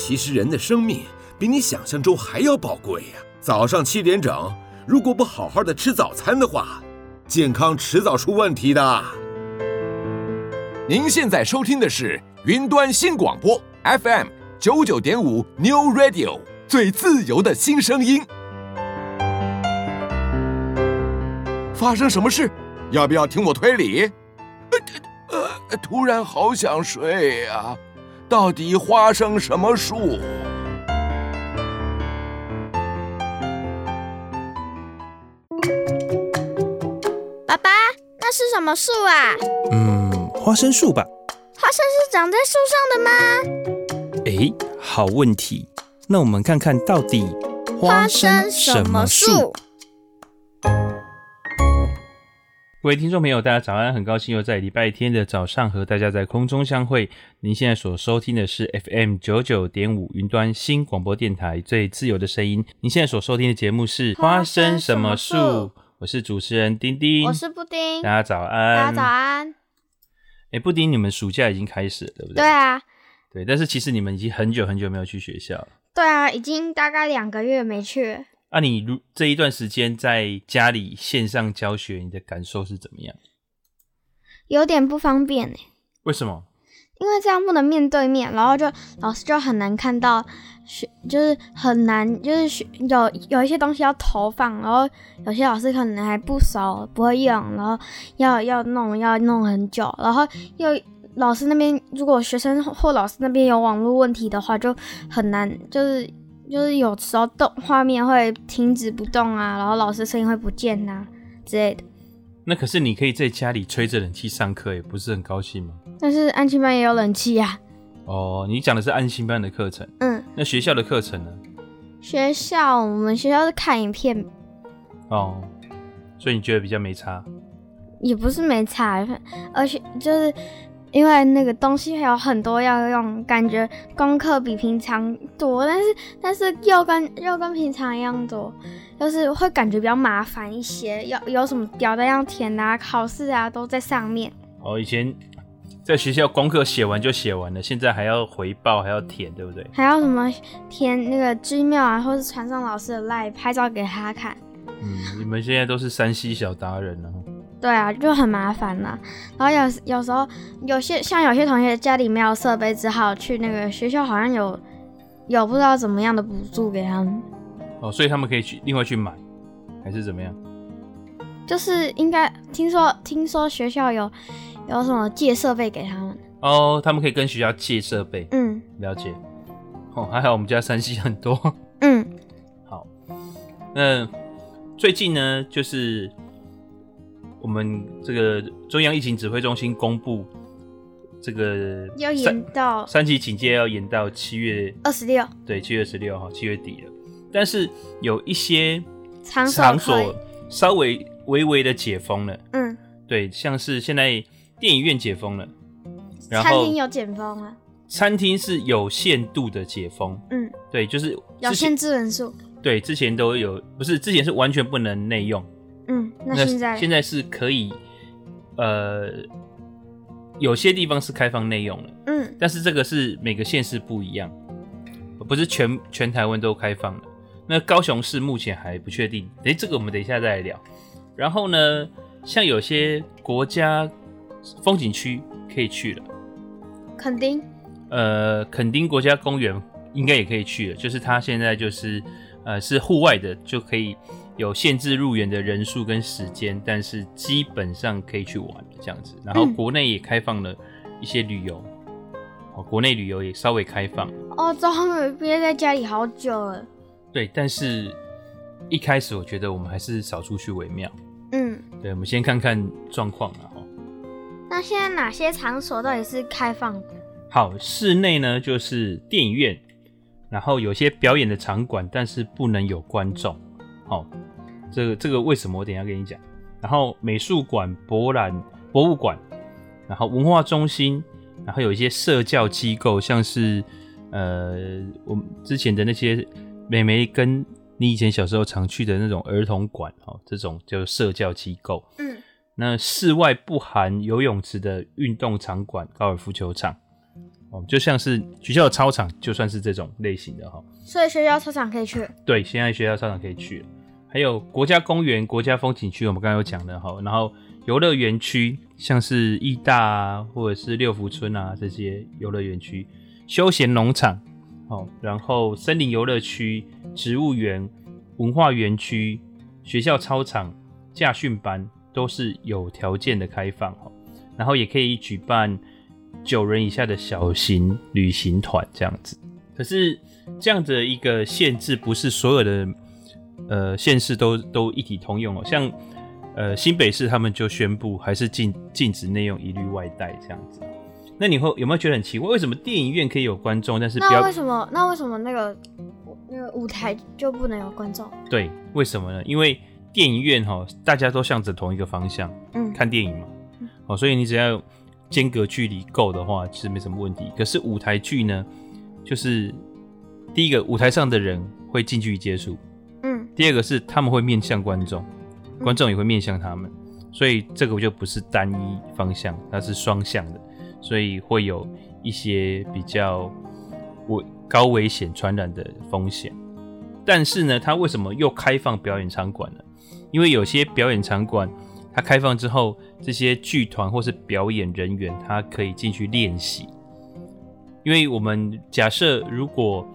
其实人的生命比你想象中还要宝贵呀。早上7点整，如果不好好的吃早餐的话，健康迟早出问题的。 您现在收听的是云端新广播 FM 99.5 New Radio， 最自由的新声音。发生什么事？要不要听我推理？突然好想睡呀，到底花生什么树？ 爸爸，那是什么树啊？ 花生树吧。 花生是长在树上的吗？ 好问题。那我们看看到底花生什么树？ 各位听众朋友，大家早安！很高兴又在礼拜天的早上和大家在空中相会。您现在所收听的是 FM 99.5云端新广播电台，最自由的声音。您现在所收听的节目是花生什么树？我是主持人丁丁， 我是布丁。 大家早安！ 大家早安！ 布丁，你们暑假已经开始了，对不对？ 对啊。 对，但是其实你们已经很久很久没有去学校了。 对啊，已经大概2个月没去了。 你这一段时间在家里线上教学，你的感受是怎么样？ 有点不方便耶。 为什么？ 因为这样不能面对面，然后老师就很难看到，就是很难，就是有一些东西要投放，然后有些老师可能还不熟，不会用，然后要弄很久，然后老师那边如果学生或老师那边有网络问题的话，就很难，就是有时候画面会停止不动啊，然后老师声音会不见啊之类的。 那可是你可以在家里吹着冷气上课，也不是很高兴吗？ 但是安亲班也有冷气啊。 你讲的是安亲班的课程。那学校的课程呢？ 我们学校是看影片。 所以你觉得比较没差？ 也不是没差，而且就是因为那个东西还有很多要用，感觉功课比平常多，但是又跟平常一样多，就是会感觉比较麻烦一些，有什么表单要填啊，考试啊都在上面。 以前在学校功课写完就写完了，现在还要回报，还要填，对不对？还要什么填那个 Gmail 啊，或是传上老师的 LINE 拍照给他看。 你们现在都是3C 小达人了。 对啊，就很麻烦啦。然后有时候有些同学家里没有设备，只好去那个学校，好像有不知道怎么样的补助给他们。 所以他们可以另外去买，还是怎么样？ 就是应该听说学校有什么借设备给他们。 他们可以跟学校借设备。了解。还好我们家3C 很多。好。那最近呢，就是我们这个中央疫情指挥中心公布，这个要延到 3级警戒要延到7月 26。 对，7月26号，7月底了。但是有一些场所稍微微的解封了。对，像是现在电影院解封了，然后餐厅有解封了。 餐厅是有限度的解封。对，就是有限制人数。 对，之前都有，不是之前是完全不能内用。 那现在是可以，有些地方是开放内用了。但是这个是每个县市不一样，不是全台湾都开放了。那高雄市目前还不确定，这个我们等一下再来聊。然后呢，像有些国家风景区可以去了，垦丁国家公园应该也可以去了，就是它现在就是是户外的，就可以有限制入园的人数跟时间，但是基本上可以去玩了这样子。然后国内也开放了一些旅游，国内旅游也稍微开放。 终于憋在家里好久了。 对，但是一开始我觉得我们还是少出去为妙。对，我们先看看状况啦。 那现在哪些场所到底是开放的？ 好，室内呢就是电影院，然后有些表演的场馆，但是不能有观众。这个为什么我等一下跟你讲。然后美术馆、博物馆，然后文化中心，然后有一些社教机构，像是我们之前的那些妹妹跟你以前小时候常去的那种儿童馆，这种叫社教机构。那室外不含游泳池的运动场馆、高尔夫球场， 就像是学校的操场就算是这种类型的所以学校操场可以去。 对，现在学校操场可以去了。还有国家公园、国家风景区，我们刚刚有讲的然后游乐园区，像是义大啊，或者是六福村啊这些游乐园区，休闲农场，然后森林游乐区、植物园、文化园区、学校操场、驾训班都是有条件的开放，然后也可以举办9人以下的小型旅行团这样子。可是这样的一个限制不是所有的县市都一体通用像新北市他们就宣布还是禁止内用，一律外带这样子。那你有没有觉得很奇怪？为什么电影院可以有观众，但是那为什么那个舞台就不能有观众？ 对，为什么呢？因为电影院大家都向着同一个方向，看电影嘛，所以你只要间隔距离够的话，其实没什么问题。可是舞台剧呢，就是第一个舞台上的人会近距离接触，第二个是他们会面向观众，观众也会面向他们，所以这个就不是单一方向，它是双向的，所以会有一些比较高危险传染的风险。但是呢，它为什么又开放表演场馆呢？因为有些表演场馆它开放之后，这些剧团或是表演人员他可以进去练习。因为我们假设如果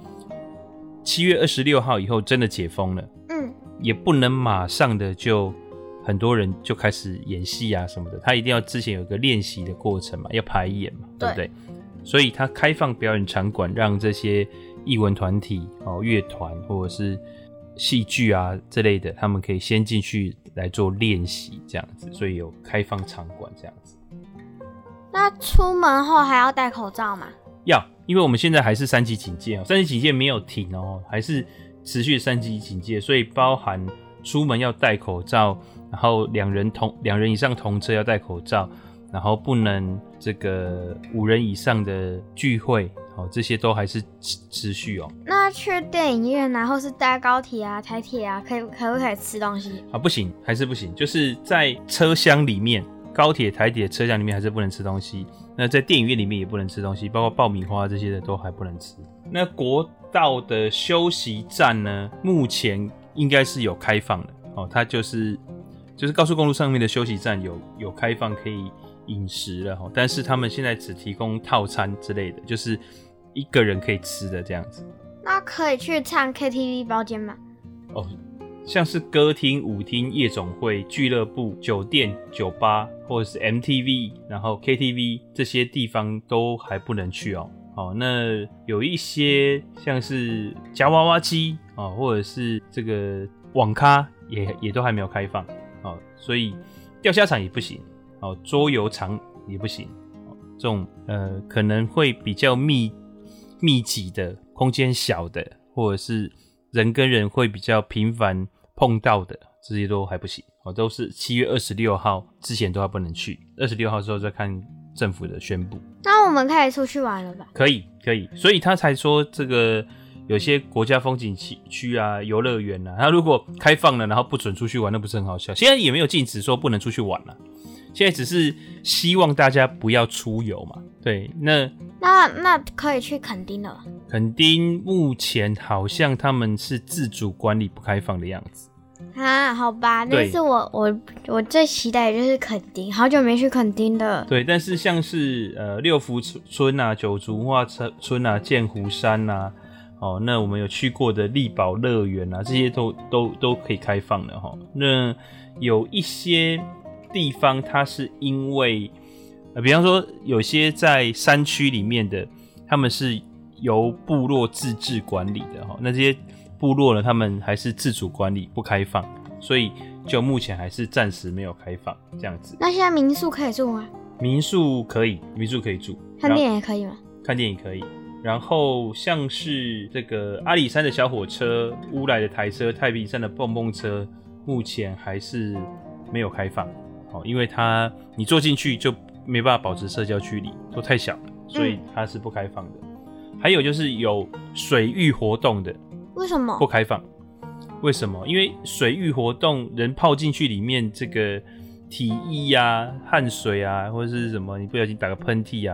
7月26号以后真的解封了，也不能马上的就很多人就开始演戏啊什么的，他一定要之前有个练习的过程嘛，要排演嘛，对不对？所以他开放表演场馆，让这些艺文团体、乐团或者是戏剧啊之类的，他们可以先进去来做练习这样子，所以有开放场馆这样子。 那出门后还要戴口罩吗？ 要，因为我们现在还是3级警戒3级警戒没有停还是持续3级警戒，所以包含出门要戴口罩，然后两人以上同车要戴口罩，然后不能这个5人以上的聚会，这些都还是持续那去电影院啊，或是搭高铁啊、台铁啊，可不可以吃东西？ 不行，还是不行，就是在车厢里面，高铁、台铁车厢里面还是不能吃东西。那在电影院里面也不能吃东西，包括爆米花这些的都还不能吃。那国道的休息站呢，目前应该是有开放的它就是高速公路上面的休息站有开放可以饮食了但是他们现在只提供套餐之类的，就是一个人可以吃的这样子。 那可以去唱 KTV 包间吗？ 像是歌厅、舞厅、夜总会、俱乐部、酒店、酒吧或者是 MTV 然后 KTV 这些地方都还不能去那有一些像是夹娃娃机或者是这个网咖也都还没有开放所以钓虾场也不行桌游场也不行这种可能会比较密集的空间小的，或者是人跟人会比较频繁碰到的，这些都还不行都是7月26号之前都还不能去，26号之后再看政府的宣布。 那我们可以出去玩了吧？ 可以，所以他才说这个有些国家风景区啊、游乐园啊，他如果开放了，然后不准出去玩，那不是很好笑？现在也没有禁止说不能出去玩了，现在只是希望大家不要出游嘛。对，那可以去垦丁了吧？ 垦丁目前好像他们是自主管理不开放的样子。 好吧，那是我最期待的就是垦丁，好久没去垦丁了。对， 但是像是六福村啊、九族化村啊、剑湖山啊，那我们有去过的力宝乐园啊，这些都可以开放的那有一些地方它是因为比方说有些在山区里面的，他们是由部落自治管理的那这些部落呢，他们还是自主管理不开放，所以就目前还是暂时没有开放这样子。 那现在民宿可以住吗？ 民宿可以住。 看电影也可以吗？ 看电影可以。然后像是这个阿里山的小火车、乌来的台车、太平山的蹦蹦车，目前还是没有开放因为你坐进去就没办法保持社交距离，都太小了，所以它是不开放的。还有就是有水域活动的， 为什么不开放？为什么？因为水域活动人泡进去里面，这个体液啊、汗水啊，或者是什么你不小心打个喷嚏啊，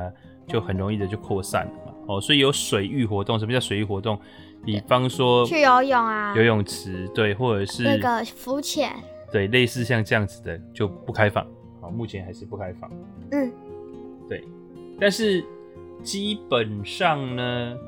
就很容易的就扩散了嘛。哦，所以有水域活动。什么叫水域活动？比方说去游泳啊， 游泳池，对，或者是那个浮潜， 对，类似像这样子的就不开放。好，目前还是不开放。对，但是基本上呢，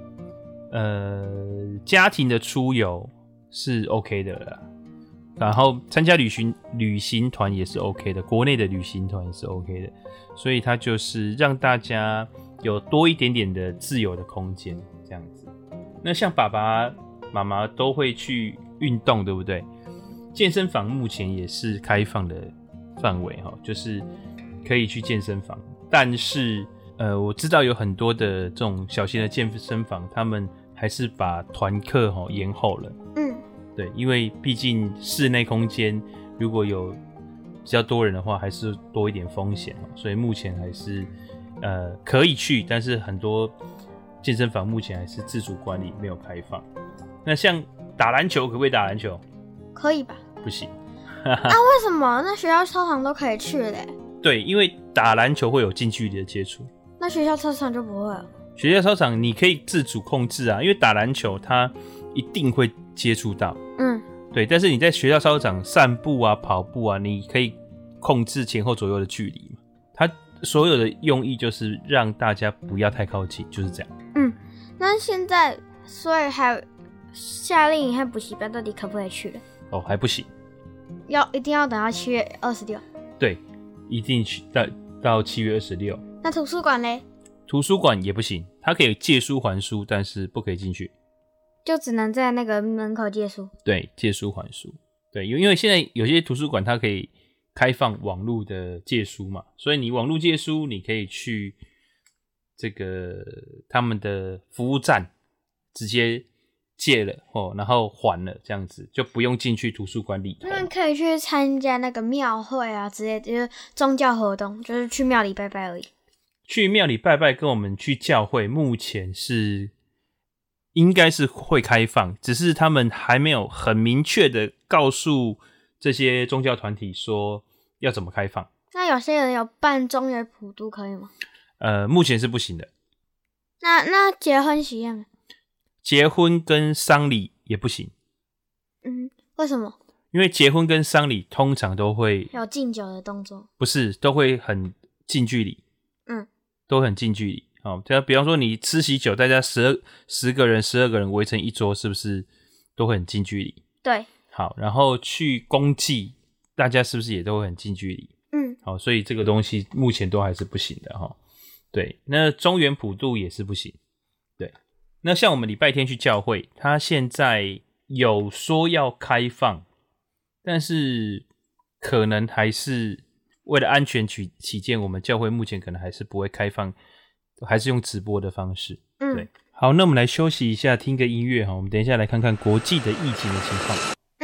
家庭的出游是 OK 的啦。然后参加旅行团也是 OK 的，国内的旅行团也是 OK 的，所以它就是让大家有多一点点的自由的空间，这样子。那像爸爸妈妈都会去运动，对不对？健身房目前也是开放的范围，就是可以去健身房，但是我知道有很多的这种小型的健身房，他们还是把团课延后了。对，因为毕竟室内空间如果有比较多人的话，还是多一点风险，所以目前还是可以去，但是很多健身房目前还是自主管理，没有开放。那像打篮球，可不可以打篮球？ 可以吧？ 不行。 那为什么？那学校操场都可以去嘞？ 对，因为打篮球会有近距离的接触， 那学校操场就不会了。 学校操场你可以自主控制啊，因为打篮球它一定会接触到。对，但是你在学校操场散步啊、跑步啊，你可以控制前后左右的距离嘛。它所有的用意就是让大家不要太靠近，就是这样。 那现在所以还夏令营和补习班到底可不可以去了？ 哦，还不行， 一定要等到7月26。 对，一定到7月26。 那图书馆嘞？ 图书馆也不行，它可以借书还书，但是不可以进去。 就只能在那个门口借书。对， 借书还书。对，因为现在有些图书馆它可以开放网络的借书嘛，所以你网络借书，你可以去这个他们的服务站直接借了然后还了，这样子就不用进去图书馆里头。 那可以去参加那个庙会啊之类的，就是宗教活动，就是去庙里拜拜而已。 去庙里拜拜跟我们去教会目前是应该是会开放，只是他们还没有很明确的告诉这些宗教团体说要怎么开放。 那有些人有办中元普渡可以吗？ 目前是不行的。 那结婚喜宴？ 结婚跟丧礼也不行。 为什么？ 因为结婚跟丧礼通常都会有敬酒的动作。 不是，都会很近距离。都很近距离。比方说你吃喜酒，大家10个人、12个人围成一桌，是不是都会很近距离？对。好，然后去公祭，大家是不是也都会很近距离？好，所以这个东西目前都还是不行的齁。对，那中元普渡也是不行。对，那像我们礼拜天去教会，他现在有说要开放，但是可能还是为了安全起见，我们教会目前可能还是不会开放，还是用直播的方式。对，好，那我们来休息一下，听个音乐哈。我们等一下来看看国际的疫情的情况。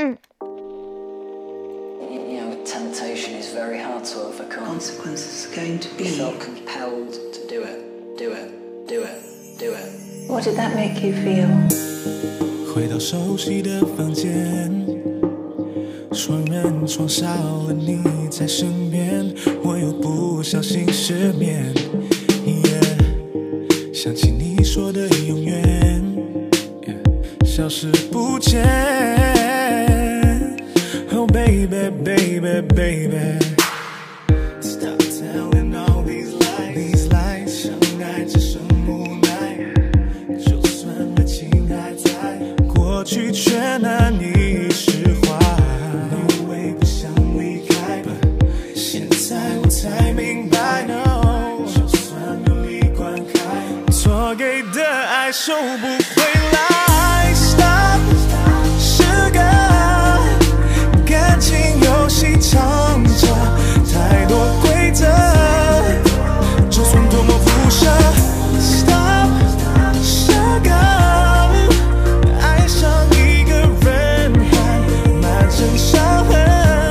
Temptation is very hard to overcome. Consequences are going to be. You felt compelled to do it. What did that make you feel? 回到熟悉的房间，双人床少了你在身边，我又不小心失眠。想起你说的永远，消失不见。Oh baby, baby, baby, stop telling all these lies. 相爱只剩无奈，就算热情还在，过去却难以释怀。你以为不想离开，现在我才明白。No， 就算努力灌溉，错给的爱收不回来。Stop， 是个感情游戏唱着太多规则，就算多么不舍 Stop， 是个爱上一个人还满身伤痕，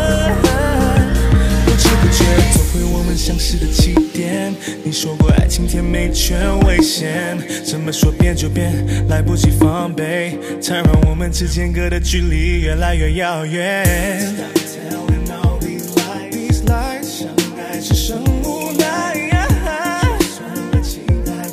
不知不觉走回我们相识的起点。你说过爱情甜美却危险，怎么说变就变，来不及防备，才让我们之间隔的距离越来越遥远。相爱只剩无奈，就算热情还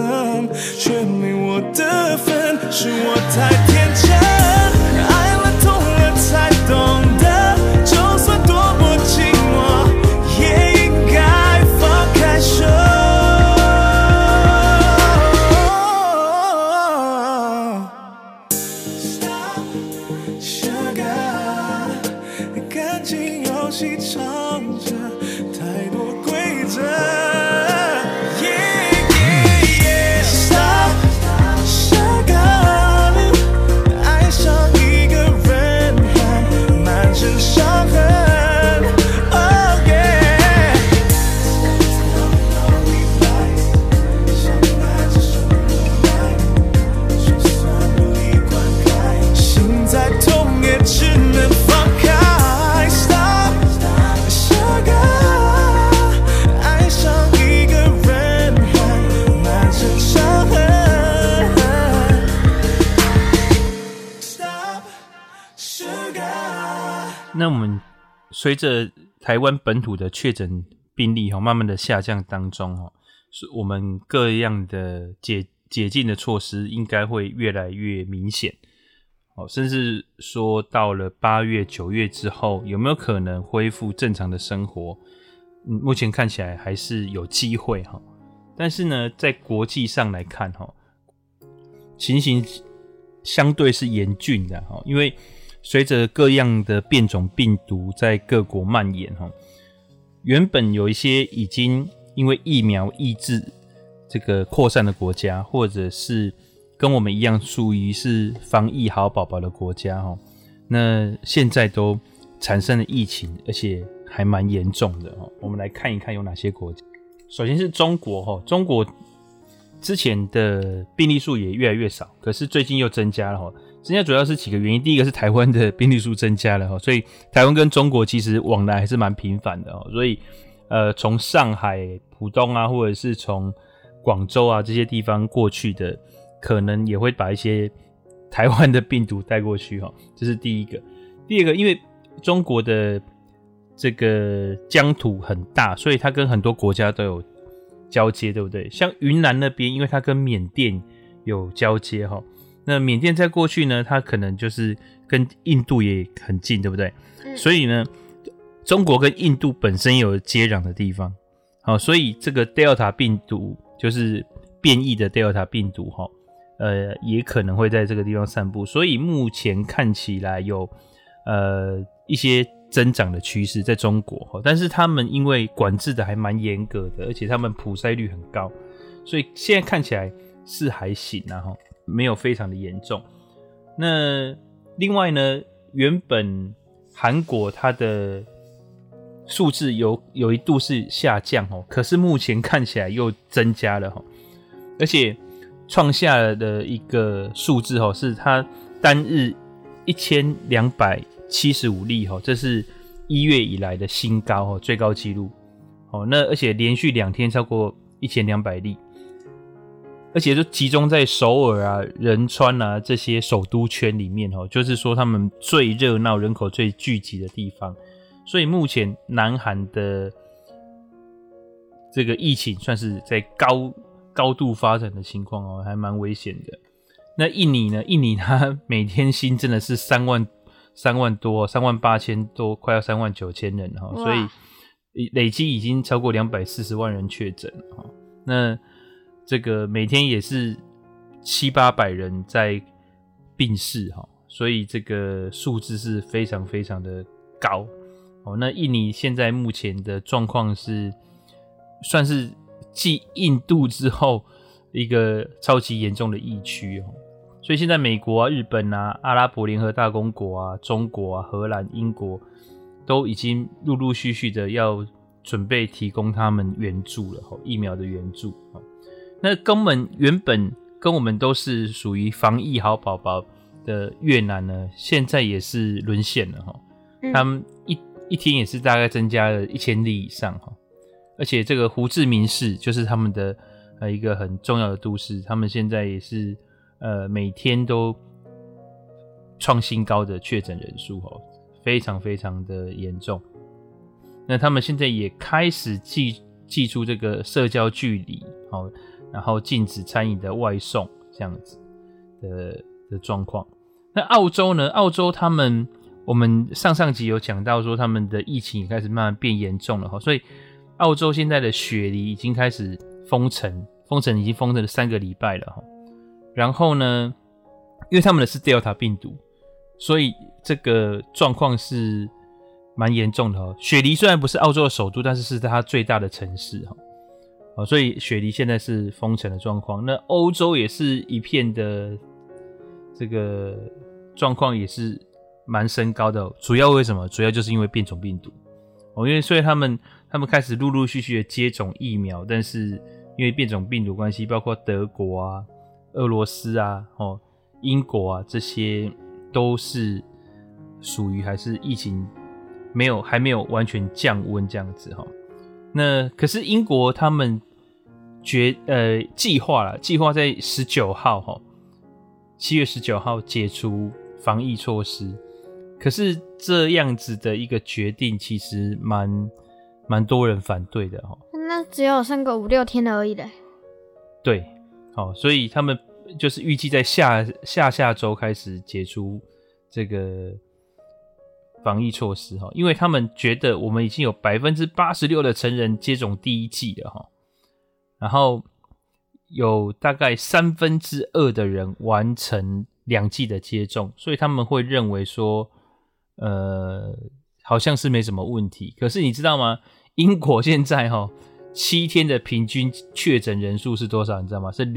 能，却没我的份，是我太天真，爱了痛了才懂得，就算多么寂寞，也应该放开手。Stop, sugar， 赶紧游戏唱着，太多规则。 那我们随着台湾本土的确诊病例慢慢的下降当中，我们各样的解禁的措施应该会越来越明显，甚至说到了8月、9月之后，有没有可能恢复正常的生活？目前看起来还是有机会，但是呢，在国际上来看，情形相对是严峻的，因为随着各样的变种病毒在各国蔓延，原本有一些已经因为疫苗抑制这个扩散的国家，或者是跟我们一样属于是防疫好宝宝的国家，那现在都产生了疫情，而且还蛮严重的。我们来看一看有哪些国家。首先是中国，中国之前的病例数也越来越少，可是最近又增加了。增加主要是几个原因，第一个是台湾的病例数增加了，所以台湾跟中国其实往来还是蛮频繁的，所以从上海、浦东啊，或者是从广州啊这些地方过去的，可能也会把一些台湾的病毒带过去，这是第一个。第二个，因为中国的这个疆土很大，所以它跟很多国家都有交接，对不对？像云南那边，因为它跟缅甸有交接，那缅甸再过去呢，它可能就是跟印度也很近，对不对？所以呢，中国跟印度本身有接壤的地方，所以这个 Delta 病毒就是变异的 Delta 病毒，也可能会在这个地方散布，所以目前看起来有一些增长的趋势在中国，但是他们因为管制的还蛮严格的，而且他们普筛率很高，所以现在看起来是还行啊，没有非常的严重。那另外呢，原本韩国它的数字有一度是下降，可是目前看起来又增加了，而且创下了的一个数字是它单日1275例，这是1月以来的新高，最高纪录。那而且连续2天超过1200例，而且就集中在首尔啊、仁川啊这些首都圈里面，就是说他们最热闹、人口最聚集的地方。所以目前南韩的这个疫情算是在高度发展的情况，还蛮危险的。那印尼呢？印尼它每天新增的是3万多，38000多，快要39000人，所以累积已经超过240万人确诊。那这个每天也是700-800人在病逝，所以这个数字是非常非常的高。那印尼现在目前的状况是算是继印度之后一个超级严重的疫区，所以现在美国啊、日本啊、阿拉伯联合大公国啊、中国啊、荷兰、英国都已经陆陆续续的要准备提供他们援助了，疫苗的援助。那原本跟我们都是属于防疫好宝宝的越南呢，现在也是沦陷了，他们一天也是大概增加了1000例以上，而且这个胡志明市就是他们的一个很重要的都市，他们现在也是每天都创新高的确诊人数，非常非常的严重。那他们现在也开始祭出这个社交距离然后禁止餐饮的外送这样子的状况。那澳洲呢？澳洲我们上集有讲到说他们的疫情也开始慢慢变严重了，所以澳洲现在的雪梨已经开始封城已经封城了3个礼拜了。然后呢，因为他们的是 Delta 病毒，所以这个状况是蛮严重的。雪梨虽然不是澳洲的首都，但是是它最大的城市，所以雪梨现在是封城的状况。那欧洲也是一片的这个状况也是蛮升高的，主要为什么？主要就是因为变种病毒。因为所以他们开始陆陆续续的接种疫苗，但是因为变种病毒关系，包括德国啊、俄罗斯啊、英国啊，这些都是属于还是疫情还没有完全降温这样子。那可是英国他们计划在19号7月19号解除防疫措施。可是这样子的一个决定其实蛮多人反对的。 那只有剩个5-6天而已嘞。 对，所以他们就是预计在下周开始解除这个防疫措施，因为他们觉得我们已经有 86% 的成人接种第一剂了，然后有大概2/3的人完成2剂的接种，所以他们会认为说好像是没什么问题。可是你知道吗？英国现在7天的平均确诊人数是多少？你知道吗？是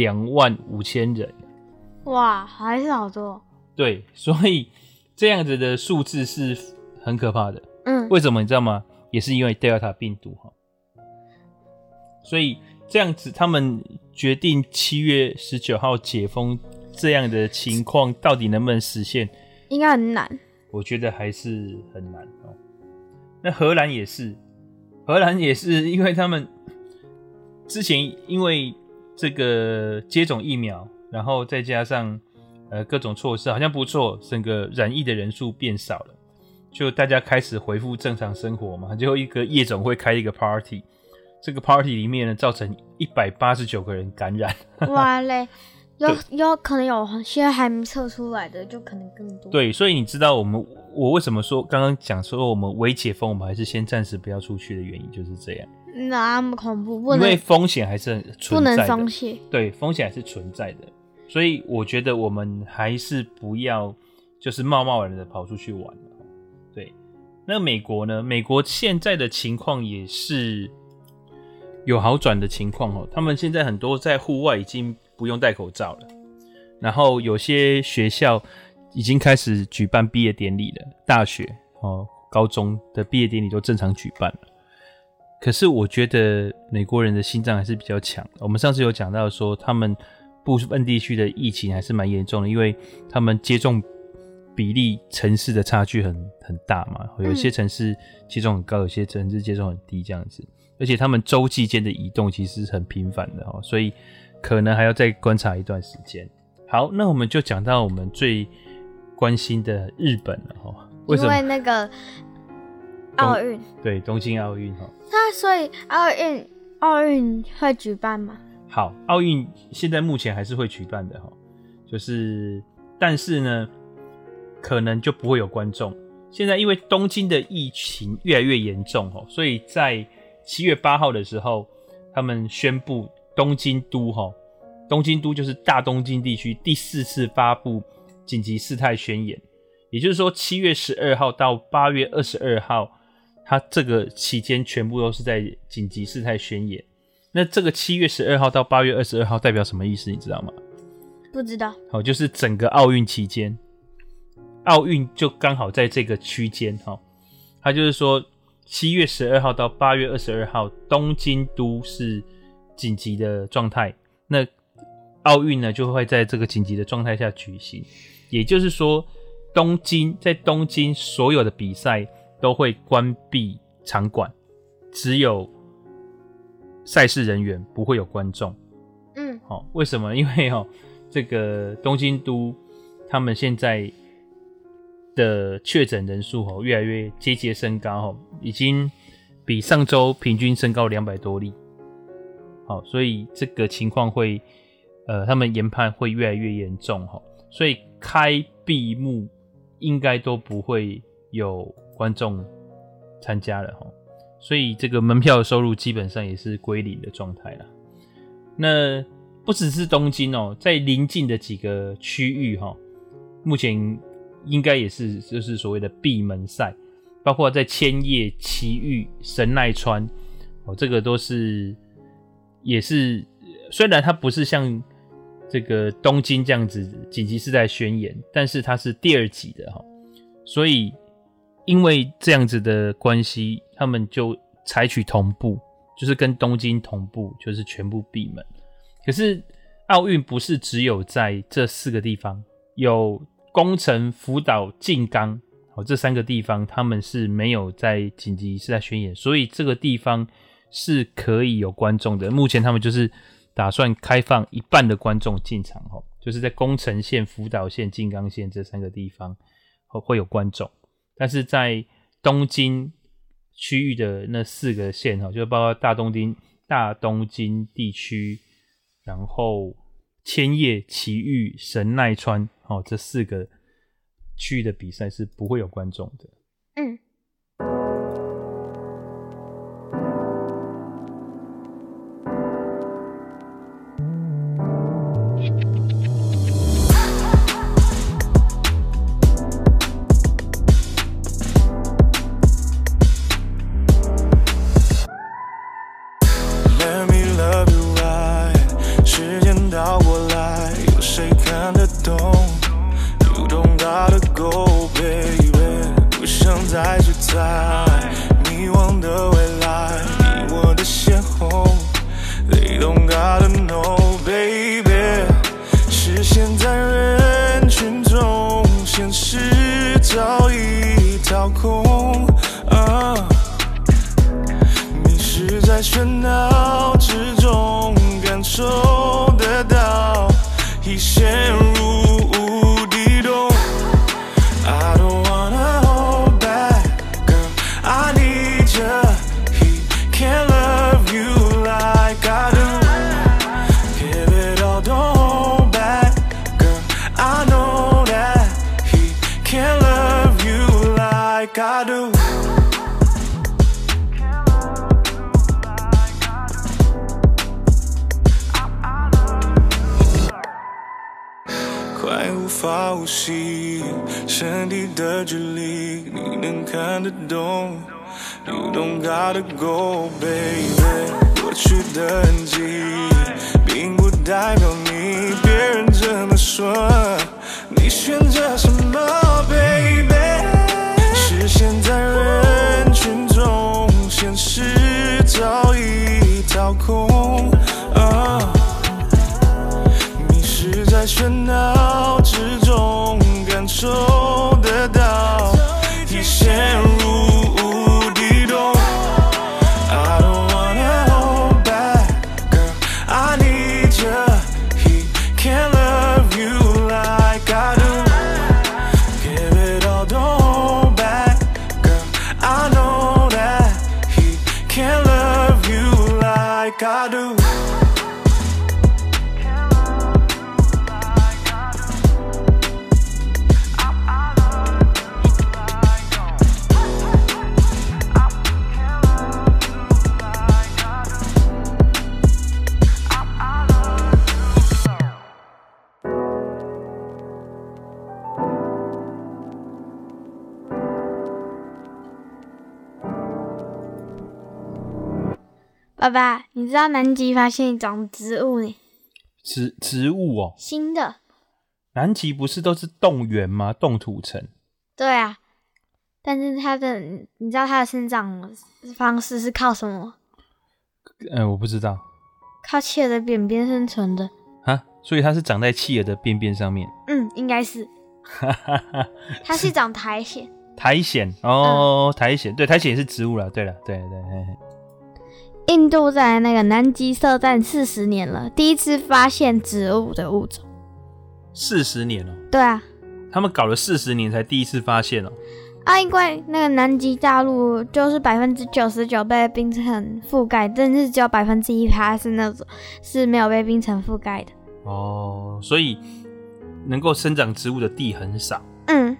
25000人。 哇，还是好多。 对，所以这样子的数字是很可怕的。为什么你知道吗？也是因为 Delta 病毒。所以这样子他们决定7月19号解封，这样的情况到底能不能实现？ 应该很难。 我觉得还是很难。那荷兰也是因为他们之前因为这个接种疫苗，然后再加上各种措施好像不错，整个染疫的人数变少了，就大家开始恢复正常生活嘛，就一个夜总会开一个 party， 这个 party 里面呢造成189个人感染。 哇嘞，有可能有些还没测出来的，就可能更多。 对，所以你知道我为什么说刚刚讲说我们微解封，我们还是先暂时不要出去的原因就是这样。 那么恐怖， 因为风险还是存在的， 不能松懈。对， 风险还是存在的，所以我觉得我们还是不要就是贸然的跑出去玩。对，那美国呢？美国现在的情况也是有好转的情况，他们现在很多在户外已经不用戴口罩了，然后有些学校已经开始举办毕业典礼了，大学高中的毕业典礼都正常举办了。可是我觉得美国人的心脏还是比较强的。我们上次有讲到说他们部分地区的疫情还是蛮严重的，因为他们接种比例城市的差距很大嘛，有些城市接种很高，有些城市接种很低这样子，而且他们洲际间的移动其实是很频繁的，所以可能还要再观察一段时间。好，那我们就讲到我们最关心的日本了。为什么？ 因为那个奥运， 对，东京奥运。 那所以奥运会举办吗？ 好，奥运现在目前还是会举办的，就是但是呢可能就不会有观众。现在因为东京的疫情越来越严重，所以在7月8号的时候他们宣布东京都就是大东京地区第4次发布紧急事态宣言，也就是说7月12号到8月22号它这个期间全部都是在紧急事态宣言。那这个7月12号到8月22号代表什么意思你知道吗？ 不知道。 好，就是整个奥运期间，奥运就刚好在这个区间，它就是说7月12号到8月22号东京都是紧急的状态，那奥运呢就会在这个紧急的状态下举行。也就是说在东京所有的比赛都会关闭场馆，只有赛事人员，不会有观众。为什么？因为这个东京都他们现在的确诊人数越来越节节升高，已经比上周平均升高200多例。 好，所以这个情况会他们研判会越来越严重，所以开闭幕应该都不会有观众参加了，所以这个门票的收入基本上也是归零的状态啦。那不只是东京在邻近的几个区域目前应该也是就是所谓的闭门赛，包括在千叶、埼玉、神奈川这个都是也是，虽然它不是像这个东京这样子紧急事态宣言，但是它是第2级的所以因为这样子的关系，他们就采取同步，就是跟东京同步，就是全部闭门。可是奥运不是只有在这4个地方，有宫城、福岛、静冈这3个地方他们是没有在紧急事态宣言，所以这个地方是可以有观众的。目前他们就是打算开放一半的观众进场，就是在宫城县、福岛县、静冈县这3个地方会有观众，但是在东京区域的那4个县就包括大东京地区，然后千叶、埼玉、神奈川这4个区域的比赛是不会有观众的。 Let me love you right， 时间倒过来，有谁看得懂 ？You don't gotta go, baby， 不想再去猜迷惘的未来，你我的邂逅 ，They don't gotta know, baby， 视线在人群中，现实早已掏空。在喧闹之中感受得到，已陷入无底洞。I don't wanna hold back, girl, I need you. He can't love you like I do. Give it all, don't hold back, girl, I know that he can't love you like I do.快无法呼吸，身体的距离你能看得懂。You don't gotta go, baby， 过去的痕迹并不代表你，别人这么说，你选择什么 ，baby？ 视线在人群中，现实早已掏空。在喧闹之中感受得到，已陷入无底洞。I don't wanna hold back, girl, I need you. He can't love you like I do. Give it all, don't hold back, girl, I know that he can't love you like I do. 爸爸，你知道南极发现一种植物呢？ 植物哦， 新的。 南极不是都是冻原吗？冻土层。 对啊，但是你知道它的生长方式是靠什么？ 我不知道。 靠企鹅的便便生存的。 啊，所以它是长在企鹅的便便上面。 应该是。它是一种苔藓。 苔藓哦，苔藓，对，苔藓也是植物啦。对了，对。 印度在那个南极设站40年了，第一次发现植物的物种。 40年哦。 对啊。 他们搞了40年才第一次发现哦。 啊，因为那个南极大陆就是99%被冰层覆盖，但是只有1%是那种是没有被冰层覆盖的。 哦，所以能够生长植物的地很少。 嗯，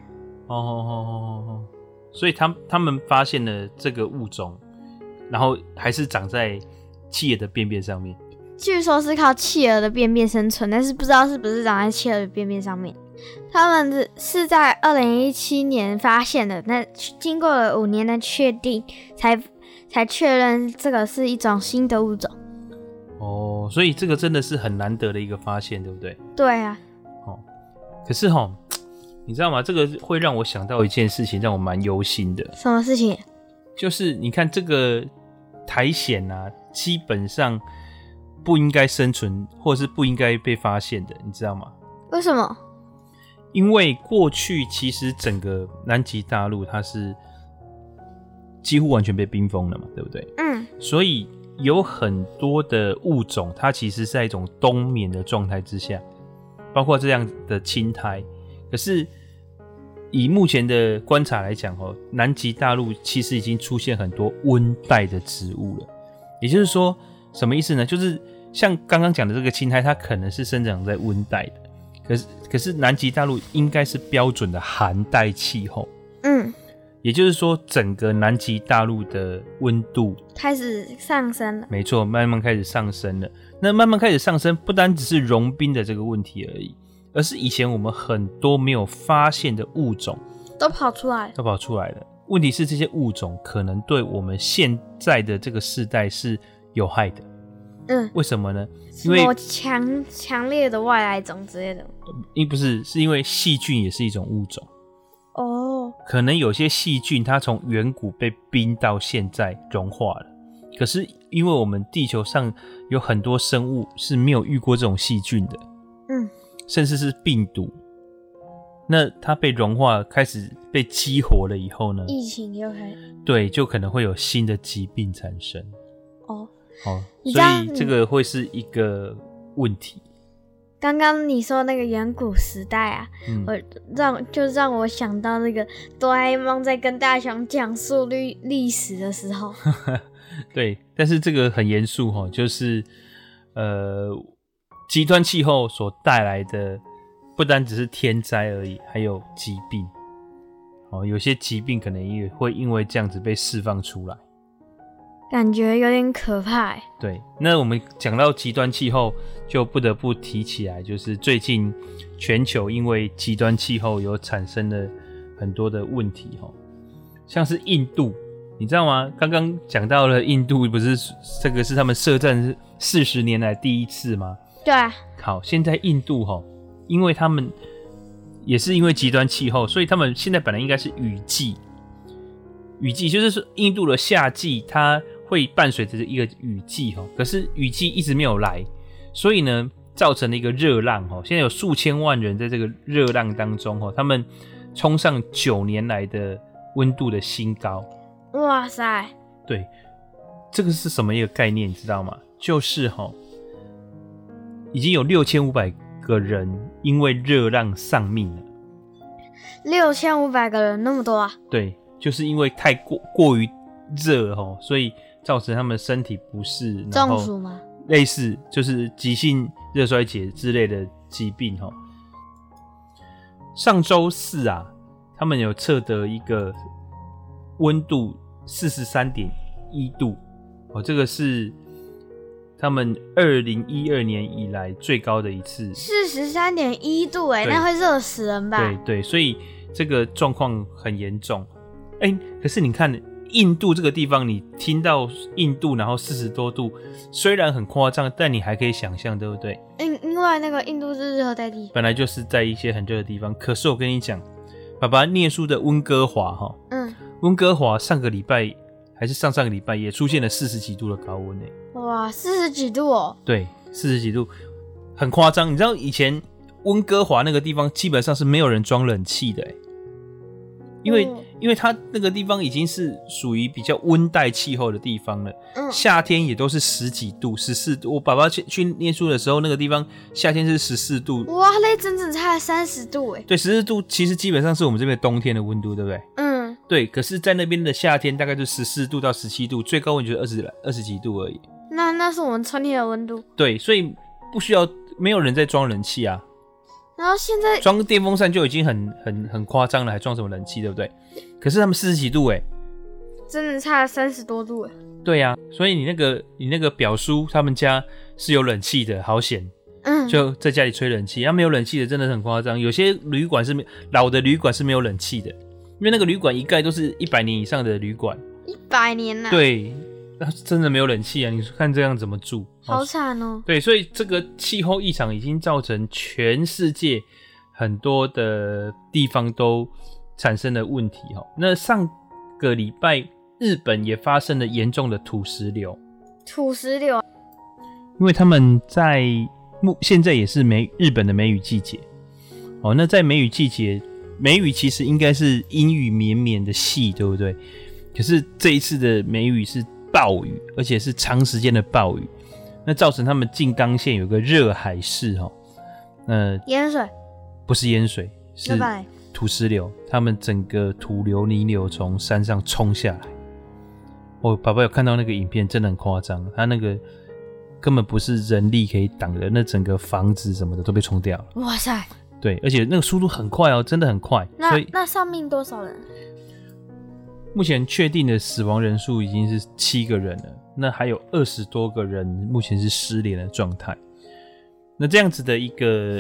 所以他们发现了这个物种，然后还是长在企鹅的便便上面。 据说是靠企鹅的便便生存，但是不知道是不是长在企鹅的便便上面。他们是在2017年发现的，那经过了5年的确定，才确认这个是一种新的物种。 哦，所以这个真的是很难得的一个发现，对不对？ 对啊。 哦，可是你知道吗？这个会让我想到一件事情，让我蛮忧心的。 什么事情？ 就是你看这个苔藓啊，基本上不应该生存，或者是不应该被发现的，你知道吗？ 为什么？ 因为过去其实整个南极大陆它是几乎完全被冰封了嘛，对不对？ 嗯。 所以有很多的物种，它其实是在一种冬眠的状态之下，包括这样的青苔。可是以目前的观察来讲，南极大陆其实已经出现很多温带的植物了。也就是说，什么意思呢？就是像刚刚讲的这个青苔，它可能是生长在温带的。可是南极大陆应该是标准的寒带气候，也就是说整个南极大陆的温度开始上升了。 没错，慢慢开始上升了。那慢慢开始上升，不单只是融冰的这个问题而已，而是以前我们很多没有发现的物种都跑出来了。问题是这些物种可能对我们现在的这个世代是有害的。为什么呢？因为强烈的外来种之类的。 不是，是因为细菌也是一种物种。 哦。 可能有些细菌它从远古被冰到现在融化了，可是因为我们地球上有很多生物是没有遇过这种细菌的，甚至是病毒。那它被融化，开始被激活了以后呢？ 疫情又开始。 对，就可能会有新的疾病产生。所以这个会是一个问题。 刚刚你说那个远古时代啊，让我想到那个哆啦 A 梦在跟大雄讲述历史的时候。 对，但是这个很严肃就是极端气候所带来的不单只是天灾而已，还有疾病。有些疾病可能也会因为这样子被释放出来。 感觉有点可怕。 对，那我们讲到极端气候，就不得不提起来，就是最近全球因为极端气候有产生了很多的问题，像是印度，你知道吗？刚刚讲到了印度，不是这个是他们设战40年来第一次吗？ 对啊。 好，现在印度因为他们也是因为极端气候，所以他们现在本来应该是雨季。雨季就是说印度的夏季它会伴随着一个雨季，可是雨季一直没有来，所以呢造成了一个热浪。现在有数千万人在这个热浪当中，他们冲上9年来的温度的新高。 哇塞！ 对，这个是什么一个概念你知道吗？就是已经有6500个人因为热浪丧命了。 6500个人，那么多啊？ 对，就是因为太过于热所以造成他们身体不适， 中暑吗？ 类似就是急性热衰竭之类的疾病。上周四啊，他们有测得一个温度43.1度，这个是他们2012年以来最高的一次。 43.1度那会热死人吧？ 对，所以这个状况很严重。可是你看印度这个地方，你听到印度然后40多度，虽然很夸张，但你还可以想象，对不对？ 因为那个印度是热带地， 本来就是在一些很热的地方。可是我跟你讲，爸爸念书的温哥华温哥华上个礼拜还是上个礼拜也出现了40几度的高温。 哇，40几度对，40几度很夸张。你知道以前温哥华那个地方基本上是没有人装冷气的因为它那个地方已经是属于比较温带气候的地方了，夏天也都是10几度、14度。我爸爸去念书的时候，那个地方夏天是14度， 哇，那整整差了30度对，14度其实基本上是我们这边冬天的温度，对不对？ 对，可是在那边的夏天大概就14度到17度，最高温就20几度而已。 那是我们春天的温度。 对，所以不需要，没有人在装冷气啊。 然后现在装电风扇就已经很夸张了，还装什么冷气，对不对？可是他们40几度真的差30多度对啊，所以你那个表叔他们家是有冷气的，好险。就在家里吹冷气，没有冷气的真的很夸张。有些旅馆是老的旅馆是没有冷气的，因为那个旅馆一概都是100年以上的旅馆。 100年对，真的没有冷气啊！你看这样怎么住？ 好惨哦。 对，所以这个气候异常已经造成全世界很多的地方都产生了问题。那上个礼拜日本也发生了严重的土石流。因为他们现在也是日本的梅雨季节。那在梅雨季节，梅雨其实应该是阴雨绵绵的细，对不对？可是这一次的梅雨是暴雨，而且是长时间的暴雨，那造成他们静冈县有个热海市淹水？ 不是淹水，是土石流，他们整个土流泥流从山上冲下来。爸爸有看到那个影片，真的很夸张，他那个根本不是人力可以挡的，那整个房子什么的都被冲掉了。 哇塞！ 对，而且那个速度很快真的很快。 那上面多少人？ 目前确定的死亡人数已经是7个人了，那还有20多个人目前是失联的状态。那这样子的一个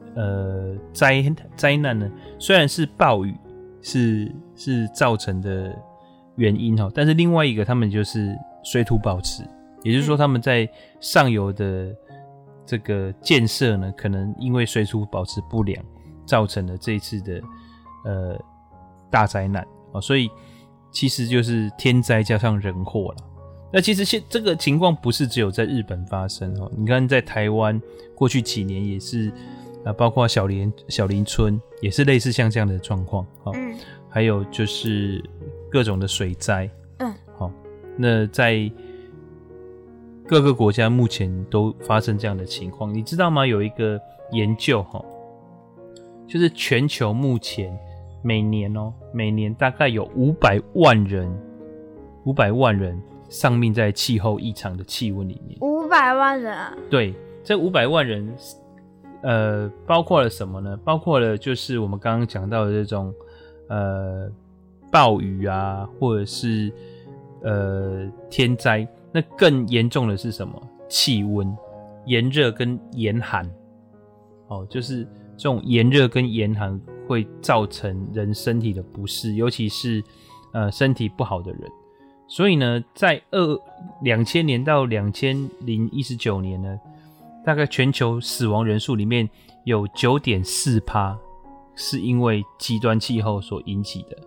灾难呢，虽然是暴雨是造成的原因但是另外一个他们就是水土保持，也就是说他们在上游的这个建设呢，可能因为水土保持不良，造成了这一次的大灾难所以其实就是天灾加上人祸啦。那其实这个情况不是只有在日本发生你看在台湾过去几年也是包括小林村也是类似像这样的状况还有就是各种的水灾那在各个国家目前都发生这样的情况。你知道吗？有一个研究就是全球目前每年大概有500万人丧命在气候异常的气温里面。 500万人啊？ 对，这500万人包括了什么呢？包括了就是我们刚刚讲到的这种暴雨啊，或者是天灾。那更严重的是什么？气温炎热跟严寒就是这种炎热跟严寒会造成人身体的不适，尤其是身体不好的人。所以呢，在2000年到2019年呢，大概全球死亡人数里面有 9.4% 是因为极端气候所引起的。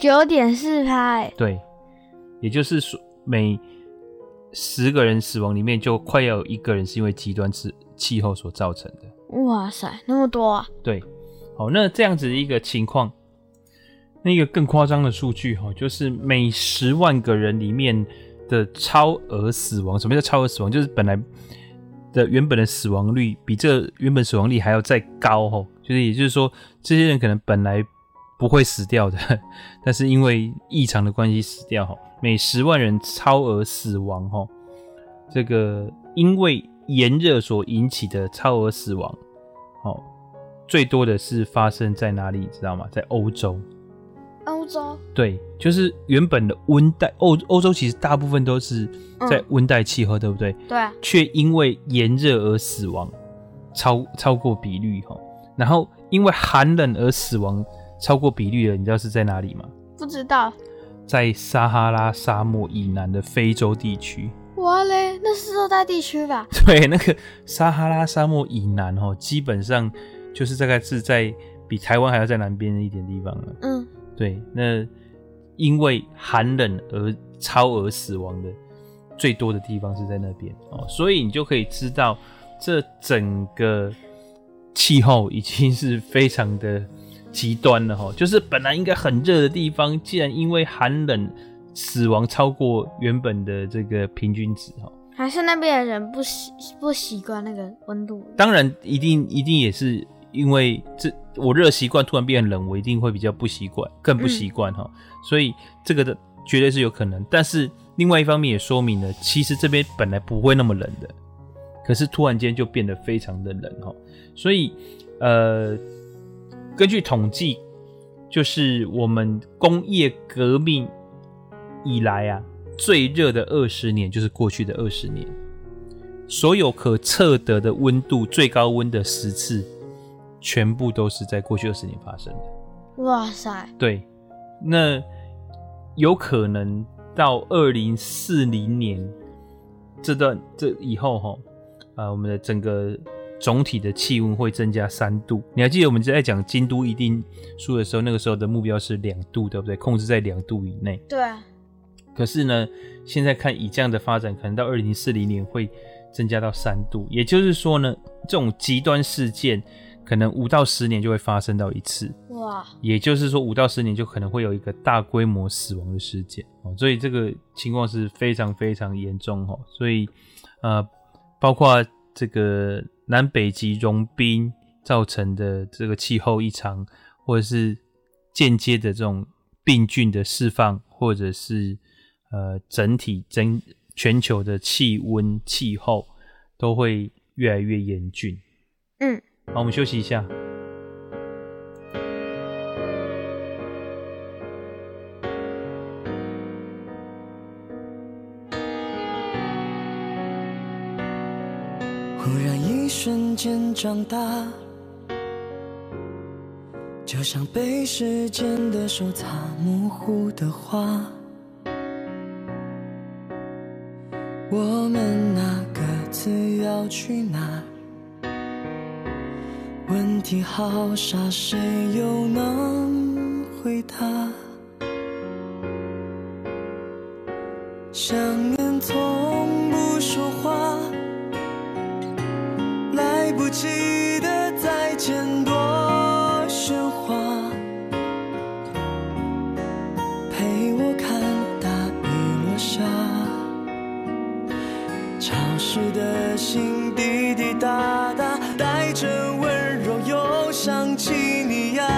9.4% 对，也就是说每10个人死亡里面就快要有1个人是因为极端气候所造成的。 哇塞，那么多啊！ 对，那这样子的一个情况，那个更夸张的数据就是每10万个人里面的超额死亡。什么叫超额死亡？就是本来的原本的死亡率比这原本死亡率还要再高就是也就是说，这些人可能本来不会死掉的，但是因为异常的关系死掉每10万人超额死亡这个因为炎热所引起的超额死亡最多的是发生在哪里？你知道吗？在欧洲。 欧洲？对， 就是原本的温带欧洲其实大部分都是在温带气候，对不对？ 对啊。 却因为炎热而死亡超过比率然后因为寒冷而死亡超过比率的，你知道是在哪里吗？ 不知道。 在撒哈拉沙漠以南的非洲地区。 哇嘞，那是热带地区吧？ 对，那个撒哈拉沙漠以南基本上就是大概是在比台湾还要在南边的一点地方了。对，那因为寒冷而超额死亡的最多的地方是在那边所以你就可以知道这整个气候已经是非常的极端了就是本来应该很热的地方，竟然因为寒冷死亡超过原本的这个平均值还是那边的人不习惯那个温度？ 当然一定也是因为我热习惯突然变冷，我一定会比较不习惯，更不习惯哈。所以这个的绝对是有可能。但是另外一方面也说明了，其实这边本来不会那么冷的，可是突然间就变得非常的冷哈。所以根据统计，就是我们工业革命以来啊，最热的20年就是过去的20年。所有可测得的温度最高温的10次，全部都是在过去20年发生的。 哇塞！ 对，那有可能到2040年这以后我们的整个总体的气温会增加3度。你还记得我们在讲京都议定书的时候，那个时候的目标是2度，对不对？控制在2度以内。 对啊。 可是呢，现在看以这样的发展，可能到2040年会增加到3度，也就是说呢，这种极端事件可能5到10年就会发生到一次。 哇！ 也就是说5到10年就可能会有一个大规模死亡的事件，所以这个情况是非常非常严重。所以包括这个南北极融冰造成的这个气候异常，或者是间接的这种病菌的释放，或者是全球的气温气候都会越来越严峻。好，我们休息一下。 忽然一瞬间长大，就像被时间的手擦模糊的画。我们那各自要去哪？问题好傻，谁又能回答？想念从不说话，来不及的再见多喧哗，陪我看大雨落下，潮湿的心滴滴答答，带着温柔又想起你呀。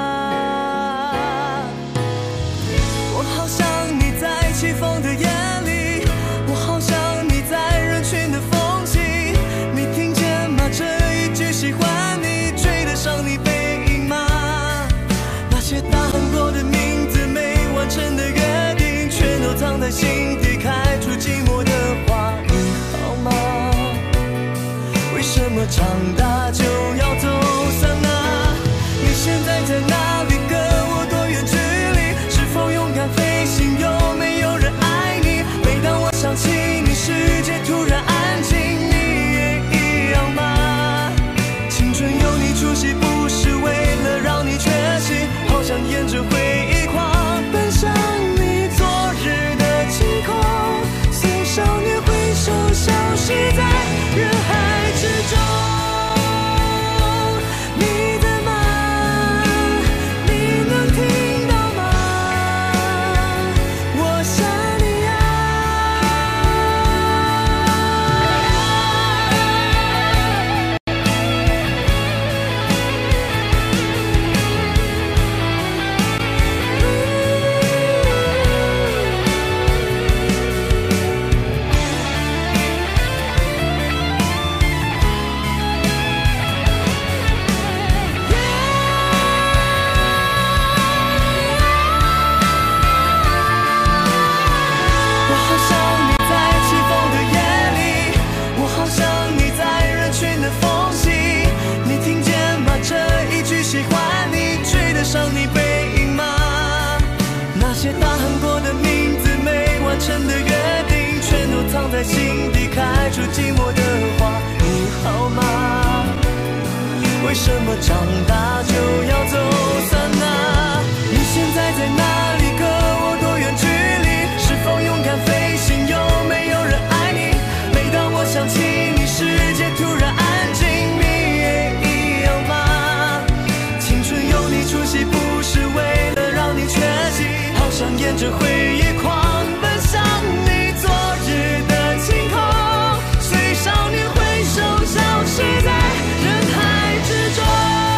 我好想你在起风的夜里，我好想你在人群的缝隙，你听见吗？这一句喜欢你追得上你背影吗？那些大喊过的名字，没完成的约定，全都藏在心底，开出寂寞的花。你好吗？为什么长大就要走散啊？你现在在哪里？跟我多远距离？是否勇敢飞行？有没有人爱你？每当我想起你，世界突然安静，你也一样吗？青春有你出席，不是为了让你缺席，好想沿着回忆狂奔向你昨日的晴空，随少年挥手消失在人海之中。在心底开出寂寞的花，你好吗？为什么长大就要走散啊？你现在在哪里？跟我多远距离？是否勇敢飞行？有没有人爱你？每当我想起你，世界突然安静，你也一样吗？青春有你出席，不是为了让你缺席，好想沿着回忆狂奔向你昨日的晴空，随少年挥手消失在人海之中。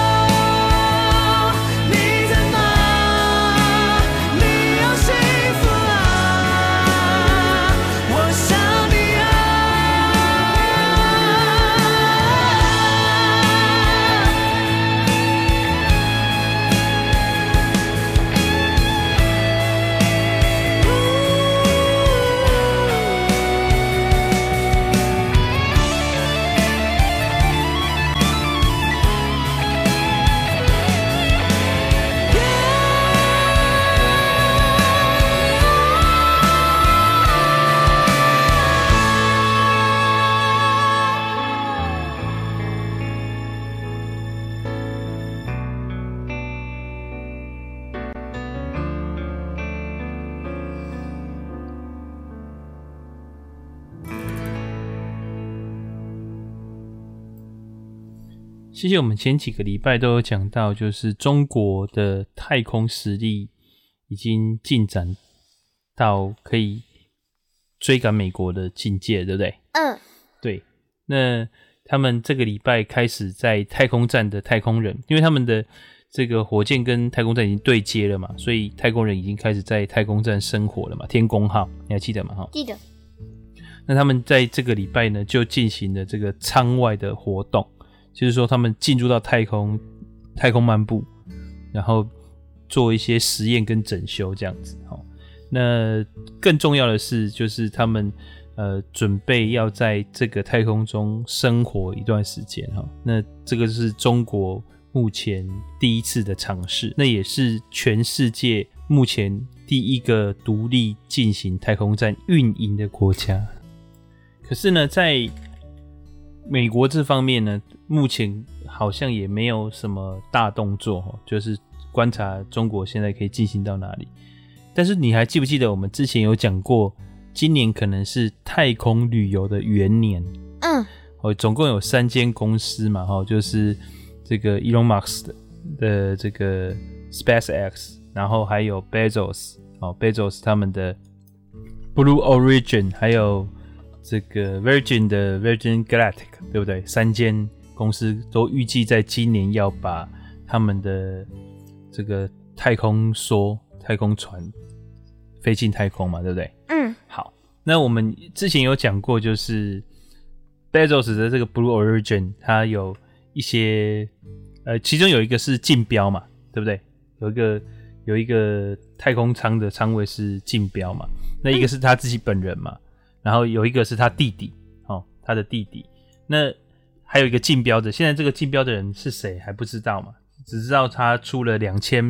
其实我们前几个礼拜都有讲到，就是中国的太空实力已经进展到可以追赶美国的境界，对不对？对。那他们这个礼拜开始在太空站的太空人，因为他们的这个火箭跟太空站已经对接了嘛，所以太空人已经开始在太空站生活了嘛。天宫号你还记得吗？ 记得。 那他们在这个礼拜呢，就进行了这个舱外的活动，就是说他们进入到太空漫步，然后做一些实验跟整修这样子。那更重要的是，就是他们准备要在这个太空中生活一段时间。那这个是中国目前第一次的尝试，那也是全世界目前第一个独立进行太空站运营的国家。可是呢，在美国这方面呢，目前好像也没有什么大动作，就是观察中国现在可以进行到哪里。但是你还记不记得我们之前有讲过，今年可能是太空旅游的元年？总共有3间公司嘛，就是这个 Elon Musk 的这个 SpaceX， 然后还有 Bezos 他们的 Blue Origin， 还有这个 Virgin 的 Virgin Galactic， 对不对？3间公司都预计在今年要把他们的这个太空梭、太空船飞进太空嘛，对不对？好，那我们之前有讲过，就是 Bezos 的这个 Blue Origin， 它有一些其中有一个是竞标嘛，对不对？有一个太空舱的舱位是竞标嘛，那一个是他自己本人嘛。然后有一个是他弟弟，他的弟弟。那还有一个竞标的，现在这个竞标的人是谁还不知道嘛，只知道他出了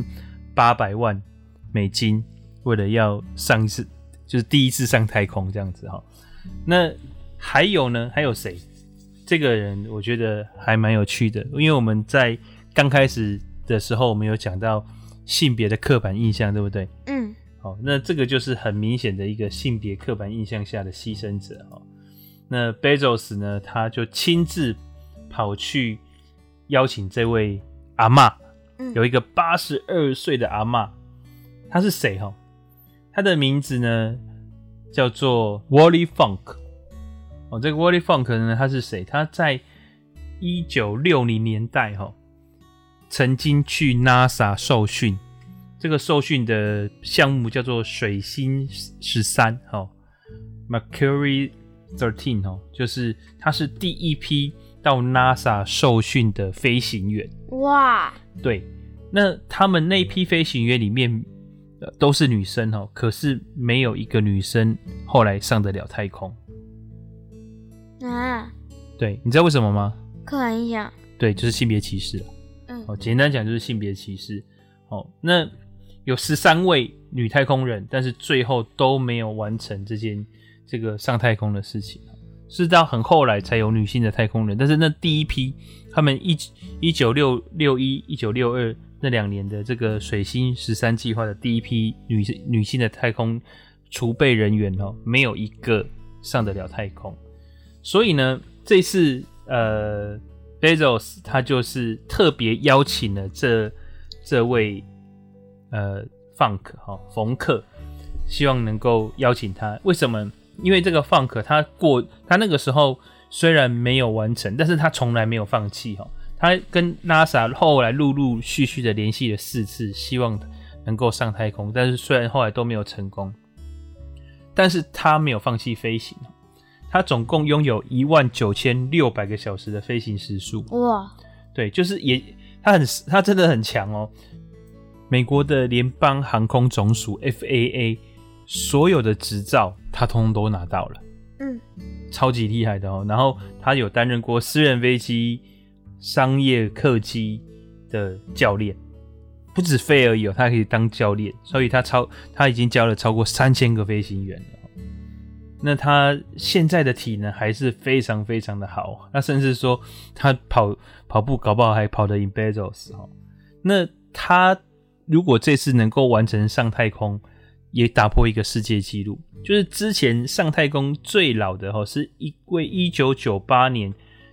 2800万美金，为了要上一次，就是第一次上太空这样子。那还有呢？还有谁？这个人我觉得还蛮有趣的，因为我们在刚开始的时候，我们有讲到性别的刻板印象，对不对？好，那这个就是很明显的一个性别刻板印象下的牺牲者。那 Bezos 呢，他就亲自跑去邀请这位阿嬷，有一个82岁的阿嬷，他是谁？他的名字呢叫做 Wally Funk。这个 Wally Funk 呢，他是谁？他在1960年代曾经去 NASA 受训。这个受训的项目叫做水星13 Mercury 13，就是他是第一批到 NASA 受训的飞行员。 哇！ 对，那他们那批飞行员里面都是女生，可是没有一个女生后来上得了太空。对，你知道为什么吗？ 刻板印象。对， 就是性别歧视。简单讲就是性别歧视。那有13位女太空人，但是最后都没有完成这个上太空的事情，是到很后来才有女性的太空人。但是那第一批，他们1961、1962那2年的这个水星13计划的第一批女性的太空储备人员没有一个上得了太空。所以呢，这次Bezos 他就是特别邀请了这位冯克，希望能够邀请他。为什么？因为这个Funk他那个时候虽然没有完成，但是他从来没有放弃。他跟 NASA 后来陆陆续续的联系了4次，希望能够上太空，但是虽然后来都没有成功，但是他没有放弃飞行。他总共拥有19600个小时的飞行时数。哇！对，就是他真的很强。美国的联邦航空总署 FAA 所有的执照他通通都拿到了。超级厉害的。然后他有担任过私人飞机、商业客机的教练，不止飞而已他还可以当教练，所以他已经教了超过3000个飞行员了。那他现在的体能还是非常非常的好，那甚至说他跑步搞不好还跑得赢 Bezos。那他如果这次能够完成上太空，也打破一个世界纪录，就是之前上太空最老的是一位1998年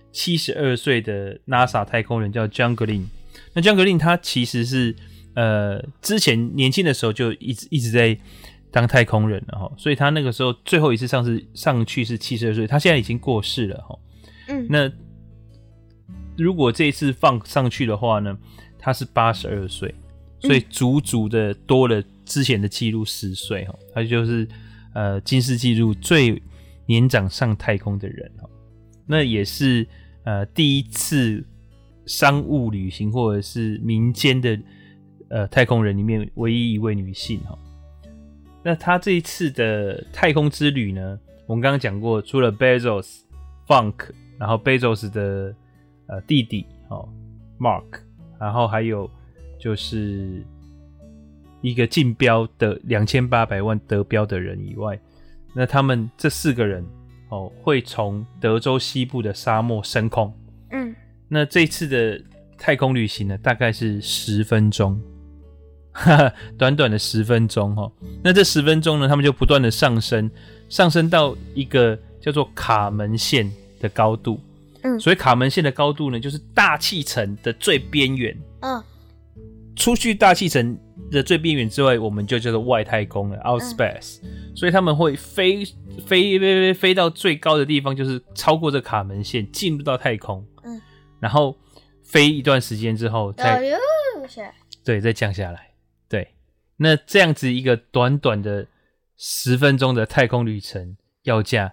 72岁的 NASA 太空人叫 John Glenn。那 John Glenn 他其实是之前年轻的时候就一直在当太空人了哈，所以他那个时候最后一次上去是72岁，他现在已经过世了哈。那如果这一次放上去的话呢，他是82岁，所以足足的多了之前的记录10岁哈，他就是金氏纪录最年长上太空的人哈。那也是第一次商务旅行或者是民间的太空人里面唯一一位女性哈。那他这一次的太空之旅呢，我们刚刚讲过，除了 Bezos、Funk， 然后 Bezos 的弟弟Mark， 然后还有就是一个竞标的2800万得标的人以外，那他们这4个人会从德州西部的沙漠升空。那这次的太空旅行呢，大概是10分钟，短短的10分钟哈。那这10分钟呢，他们就不断的上升到一个叫做卡门线的高度。所以卡门线的高度呢，就是大气层的最边缘。出去大气层的最边缘之外，我们就叫做外太空了 ，out space。所以他们会飞到最高的地方，就是超过这卡门线，进入到太空。然后飞一段时间之后再降下来。对，那这样子一个短短的10分钟的太空旅程，要价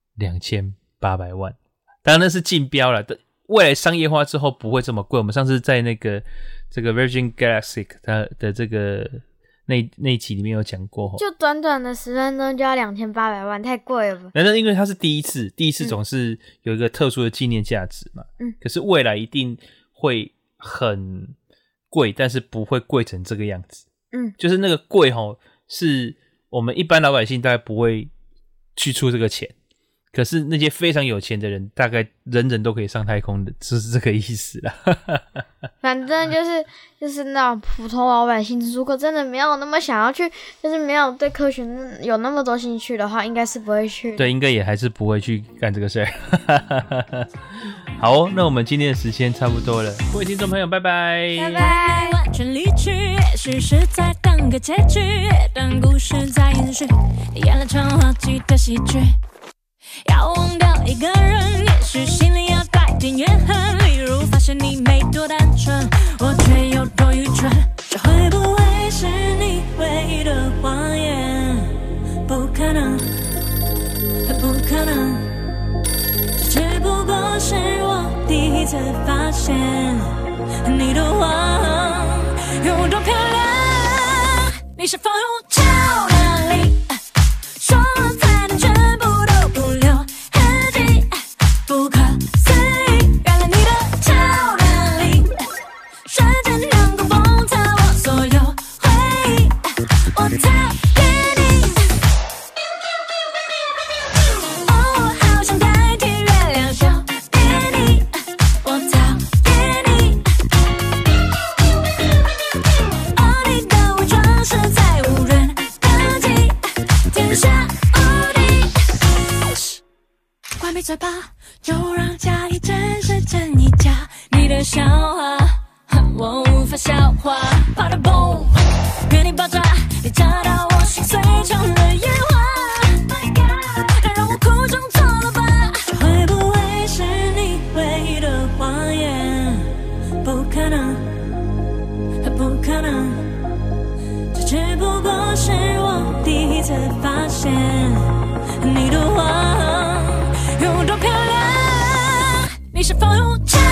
2800万。当然那是竞标了，未来商业化之后不会这么贵。我们上次在这个 Virgin Galactic 它的这个那一集里面有讲过， 就短短的10分钟就要2800万，太贵了吧？ 那因为它是第一次总是有一个特殊的纪念价值嘛。可是未来一定会很贵，但是不会贵成这个样子。就是那个贵是我们一般老百姓大概不会去出这个钱。可是那些非常有钱的人，大概人人都可以上太空的，就是这个意思啦。 反正就是那种普通老百姓，如果真的没有那么想要去，就是没有对科学有那么多兴趣的话，应该是不会去。 对，应该也还是不会去干这个事儿。好那我们今天的时间差不多了，各位听众朋友，拜拜， 拜拜。 完全离去，也许是在等个结局，但故事在延续，演了场滑稽的喜剧。要忘掉一个人，也许心里要带点怨恨，例如发现你没多单纯，我却有多愚蠢。这会不会是你唯一的谎言？不可能，不可能，这只不过是我第一次发现你的谎有多漂亮。你是否有超能力，说才能全部都不留痕迹，不可思议，原来你的超能力瞬间能够封藏我所有回忆，我讨厌你。哦，好想代替月亮笑给你，我讨厌你。哦，你的伪装实在无人能及，天下无敌。关闭嘴巴，就让家里真实真一家。你的笑话我无法消化，啪的 boom， 原地爆炸，你炸到我心碎成了烟花。My God， 但让我哭中错了吧？这会不会是你唯一的谎言？不可能，不可能，这只不过是我第一次发现你的谎有多漂亮。你是否有